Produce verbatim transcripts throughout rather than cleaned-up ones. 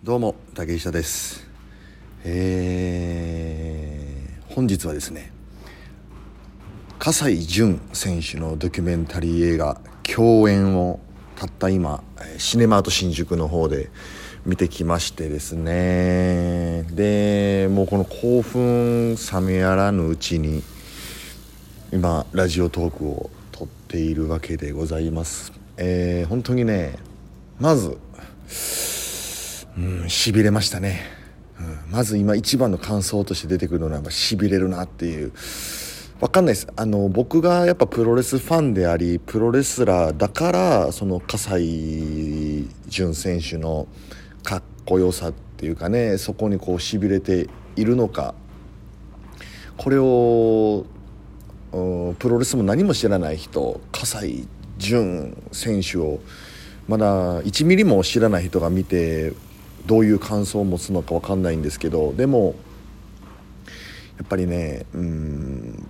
どうも竹下です。えー、本日はですね葛西潤選手のドキュメンタリー映画共演をたった今シネマート新宿の方で見てきましてですね、でもうこの興奮冷めやらぬうちに今ラジオトークを撮っているわけでございます。えー、本当にねまずうんしびれましたね、うん、まず今一番の感想として出てくるのはしびれるなっていう。わかんないです。あの僕がやっぱプロレスファンでありプロレスラーだからその葛西潤選手のかっこよさっていうかね、そこにこうしびれているのか、これをプロレスも何も知らない人、葛西潤選手をまだいちミリも知らない人が見てどういう感想を持つのか分かんないんですけど、でもやっぱりね、うーん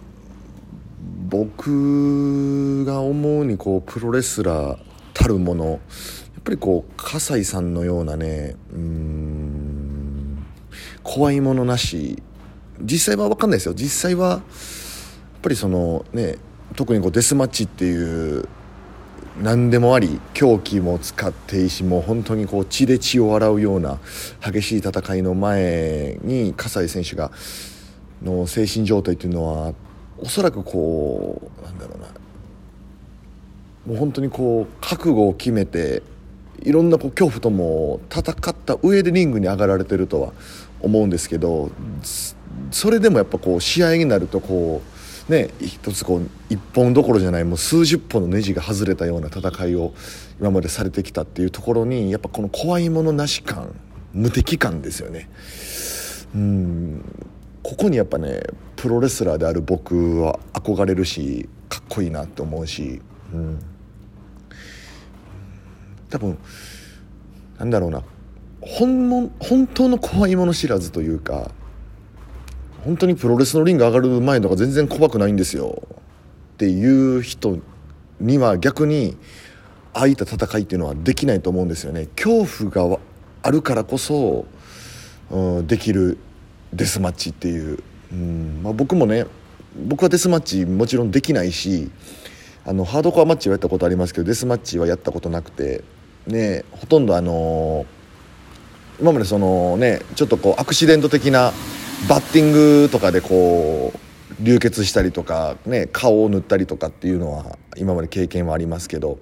僕が思うにこうプロレスラーたるもの、やっぱりこう葛西さんのようなね、うーん怖いものなし、実際は分かんないですよ。実際はやっぱりそのね、特にこうデスマッチっていう何でもあり狂気も使っていいし、もう本当にこう血で血を洗うような激しい戦いの前に葛西選手がの精神状態というのはおそらくこうなんだろうな、もう本当にこう覚悟を決めていろんなこう恐怖とも戦った上でリングに上がられてるとは思うんですけど、それでもやっぱこう試合になるとこうね、一つこう一本どころじゃないもう数十本のネジが外れたような戦いを今までされてきたっていうところに、やっぱこの怖いものなし感、無敵感ですよね。うん、ここにやっぱねプロレスラーである僕は憧れるしかっこいいなって思うし、うん、多分なんだろうな、本物本当の怖いもの知らずというか、本当にプロレスのリング上がる前とか全然怖くないんですよっていう人には逆にああいった戦いっていうのはできないと思うんですよね。恐怖があるからこそ、うん、できるデスマッチっていう、うんまあ、僕もね僕はデスマッチもちろんできないし、あのハードコアマッチはやったことありますけどデスマッチはやったことなくてね、ほとんどあのー、今までそのねちょっとこうアクシデント的なバッティングとかでこう流血したりとかね、顔を塗ったりとかっていうのは今まで経験はありますけど、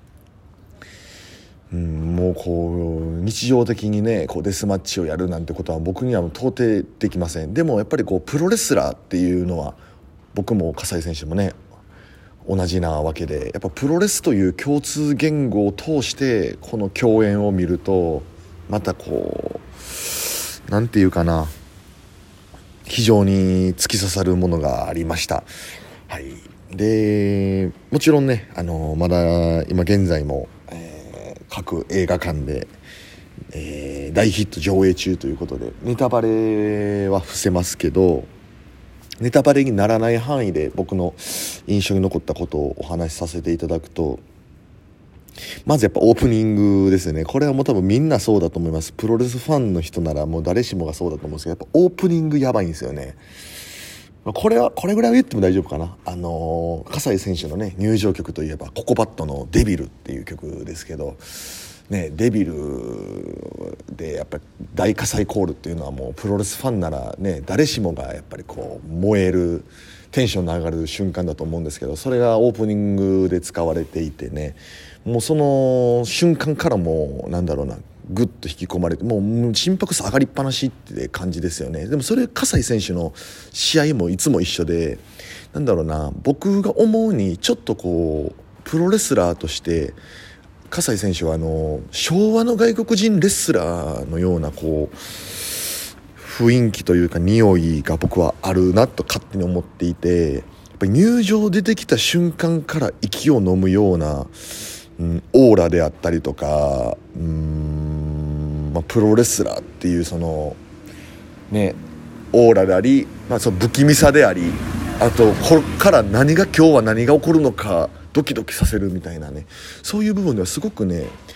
うん、もうこう日常的にねこうデスマッチをやるなんてことは僕にはもう到底できません。でもやっぱりこうプロレスラーっていうのは僕も葛西選手もね同じなわけで、やっぱプロレスという共通言語を通してこの共演を見るとまたこうなんていうかな、非常に突き刺さるものがありました。はい、でもちろんね、あのまだ今現在も、えー、各映画館で、えー、大ヒット上映中ということでネタバレは伏せますけど、ネタバレにならない範囲で僕の印象に残ったことをお話しさせていただくと、まずやっぱオープニングですね。これはもう多分みんなそうだと思います。プロレスファンの人ならもう誰しもがそうだと思うんですけど、やっぱオープニングやばいんですよね。これはこれぐらいは言っても大丈夫かな。あのー、葛西選手のね入場曲といえばココバットのデビルっていう曲ですけどね、デビルでやっぱり大火災コールっていうのはもうプロレスファンならね誰しもがやっぱりこう燃えるテンションの上がる瞬間だと思うんですけど、それがオープニングで使われていてね、もうその瞬間からもうなんだろうな、グッと引き込まれて、もう心拍数上がりっぱなしって感じですよね。でもそれ葛西選手の試合もいつも一緒で、なんだろうな、僕が思うにちょっとこうプロレスラーとして葛西選手はあの昭和の外国人レスラーのようなこう雰囲気というか匂いが僕はあるなと勝手に思っていて、やっぱり入場出てきた瞬間から息を飲むような、うん、オーラであったりとか、うーん、まあ、プロレスラーっていうそのねオーラであり、まあ、その不気味さであり、あとこれから何が今日は何が起こるのかドキドキさせるみたいなね、そういう部分ではすごくね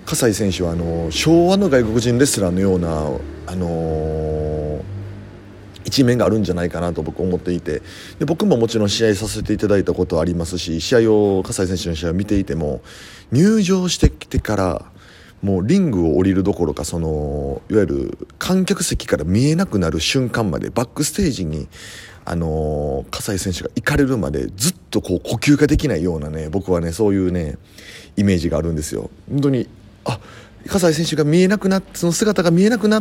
葛西選手はあの昭和の外国人レスラーのような、あのー、一面があるんじゃないかなと僕思っていて、で僕ももちろん試合させていただいたことはありますし、試合を葛西選手の試合を見ていても、入場してきてからもうリングを降りるどころか、そのいわゆる観客席から見えなくなる瞬間まで、バックステージにあのー、葛西選手が行かれるまでずっとこう呼吸ができないようなね、僕はねそういうねイメージがあるんですよ。本当にあ葛西選手が見えなくなって、その姿が見えなくなって、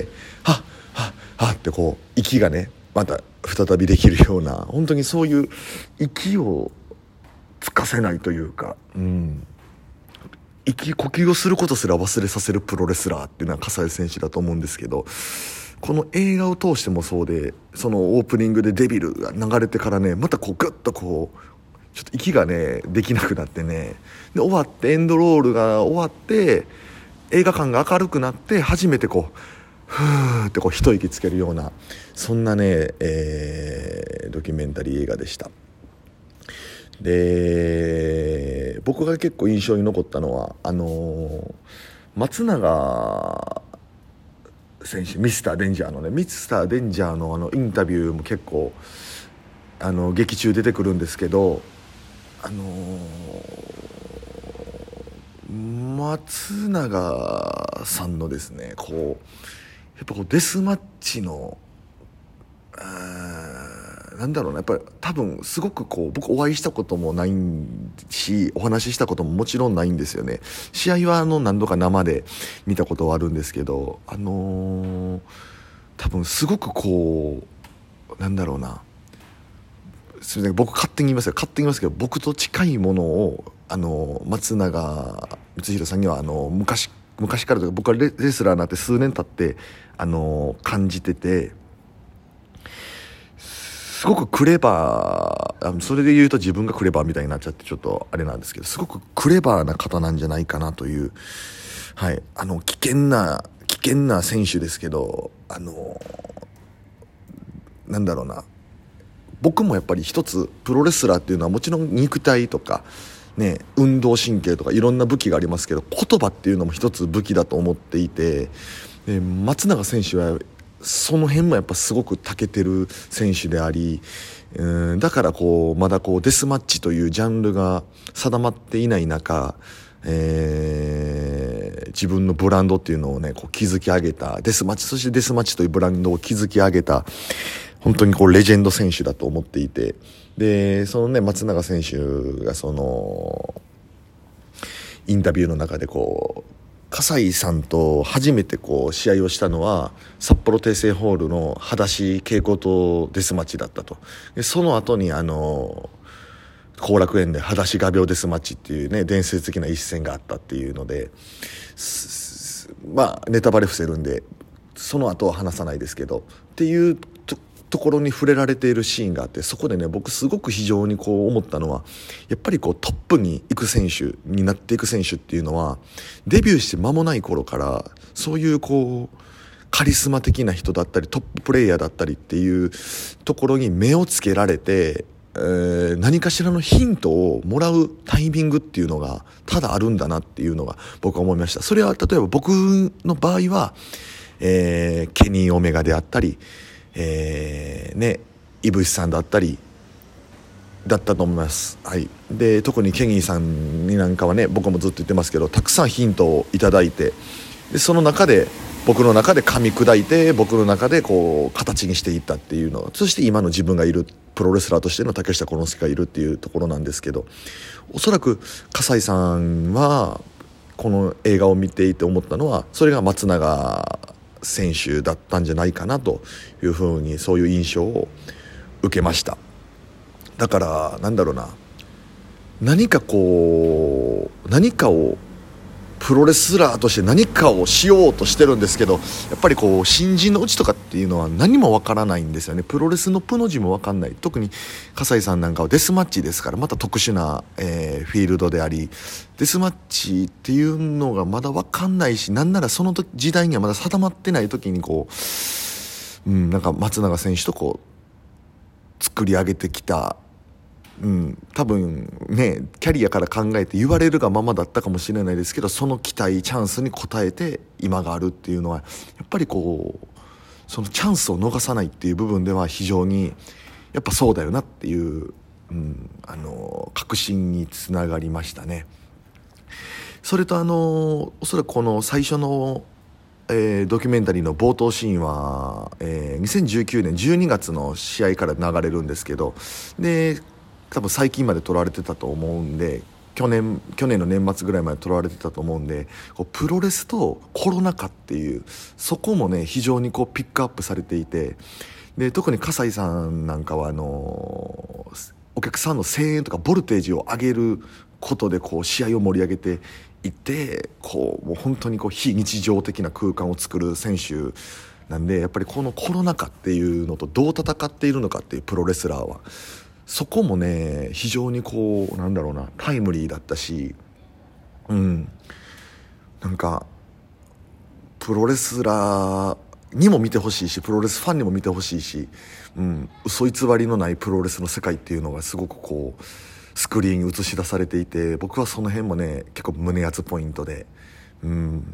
はっはっはってこう息がねまた再びできるような、本当にそういう息をつかせないというか、うん息呼吸をすることすら忘れさせるプロレスラーっていうのは葛西選手だと思うんですけど、この映画を通してもそうで、そのオープニングでデビルが流れてからね、またこうグッとこうちょっと息がねできなくなってね、で終わってエンドロールが終わって映画館が明るくなって初めてこうふーってこう一息つけるような、そんなね、えー、ドキュメンタリー映画でした。で僕が結構印象に残ったのはあのー、松永選手、ミスターデンジャーのねミスターデンジャーのあのインタビューも結構あの劇中出てくるんですけど、あのー、松永さんのですねこうやっぱこうデスマッチのなんだろうな、やっぱり多分すごくこう僕お会いしたこともないしお話ししたことももちろんないんですよね。試合はあの何度か生で見たことはあるんですけど、あのー、多分すごくこうなんだろうな、すみません僕勝手に言いますよ勝手に言いますけど、僕と近いものをあの松永光弘さんにはあの昔昔からというか僕はレスラーになって数年経ってあの感じてて、すごくクレバー、それで言うと自分がクレバーみたいになっちゃってちょっとあれなんですけど、すごくクレバーな方なんじゃないかなという、はい、あの危険な危険な選手ですけど、あのなんだろうな、僕もやっぱり一つプロレスラーっていうのはもちろん肉体とかね、運動神経とかいろんな武器がありますけど、言葉っていうのも一つ武器だと思っていて、で松永選手はその辺もやっぱすごく長けてる選手であり、うんだからこうまだこうデスマッチというジャンルが定まっていない中、えー、自分のブランドっていうのをねこう築き上げたデスマッチ、そしてデスマッチというブランドを築き上げた本当にこうレジェンド選手だと思っていて、でそのね松永選手がそのインタビューの中でこう葛西さんと初めてこう試合をしたのは札幌帝政ホールの裸足稽古とデスマッチだったと。でその後にあの後楽園で裸足画鋲デスマッチっていうね伝説的な一戦があったっていうので、まあネタバレ伏せるんでその後は話さないですけどっていうとところに触れられているシーンがあって、そこでね僕すごく非常にこう思ったのは、やっぱりこうトップに行く選手になっていく選手っていうのはデビューして間もない頃からそういうこうカリスマ的な人だったりトッププレイヤーだったりっていうところに目をつけられて、えー、何かしらのヒントをもらうタイミングっていうのがただあるんだなっていうのが僕は思いました。それは例えば僕の場合は、えー、ケニー・オメガであったりえー、ねイブシさんだったりだったと思います、はい、で特にケニーさんになんかはね僕もずっと言ってますけどたくさんヒントをいただいて、でその中で僕の中で噛み砕いて僕の中でこう形にしていったっていうの、そして今の自分がいるプロレスラーとしての竹下幸之助がいるっていうところなんですけど、おそらく葛西さんはこの映画を見ていて思ったのはそれが松永選手だったんじゃないかなというふうにそういう印象を受けました。だからなんだろうな、何かこう何かをプロレスラーとして何かをしようとしてるんですけど、やっぱりこう新人のうちとかっていうのは何もわからないんですよね。プロレスのプの字もわかんない。特に葛西さんなんかはデスマッチですからまた特殊な、えー、フィールドであり、デスマッチっていうのがまだわかんないし、なんならその時代にはまだ定まってない時にこう、うん、なんか松永選手とこう作り上げてきたうん、多分ねキャリアから考えて言われるがままだったかもしれないですけど、その期待チャンスに応えて今があるっていうのはやっぱりこうそのチャンスを逃さないっていう部分では非常にやっぱそうだよなっていう、うん、あの確信につながりましたね。それとあのおそらくこの最初のえー、ドキュメンタリーの冒頭シーンは、えー、にせんじゅうきゅうねんじゅうにがつの試合から流れるんですけど、で多分最近まで撮られてたと思うんで、去年去年の年末ぐらいまで撮られてたと思うんで、こうプロレスとコロナ禍っていうそこもね非常にこうピックアップされていて、で特に葛西さんなんかはあのー、お客さんの声援とかボルテージを上げることでこう試合を盛り上げていて、こうもう本当にこう非日常的な空間を作る選手なんで、やっぱりこのコロナ禍っていうのとどう戦っているのかっていうプロレスラーはそこもね非常にこうなんだろうなタイムリーだったし、うんなんかプロレスラーにも見てほしいしプロレスファンにも見てほしいし、うん、嘘偽りのないプロレスの世界っていうのがすごくこうスクリーンに映し出されていて、僕はその辺もね結構胸熱ポイントで、うん、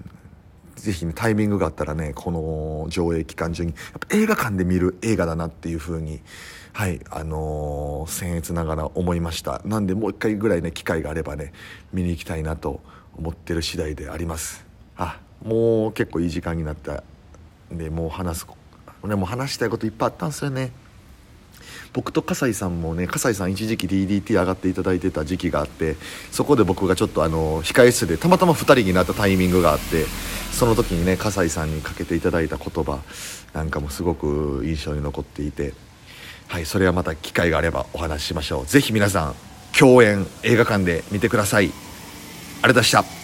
ぜひねタイミングがあったらねこの上映期間中にやっぱ映画館で見る映画だなっていう風にはいあのー、僭越ながら思いました。なんでもう一回ぐらいね機会があればね見に行きたいなと思ってる次第であります。あもう結構いい時間になったんで、もう話すねもう話したいこといっぱいあったんですよね。僕と葛西さんもね、葛西さん一時期 ディーディーティー 上がっていただいてた時期があって、そこで僕がちょっとあの控え室でたまたまふたりになったタイミングがあって、その時にね葛西さんにかけていただいた言葉なんかもすごく印象に残っていて、はい、それはまた機会があればお話ししましょう。ぜひ皆さん共演映画館で見てください。ありがとうございました。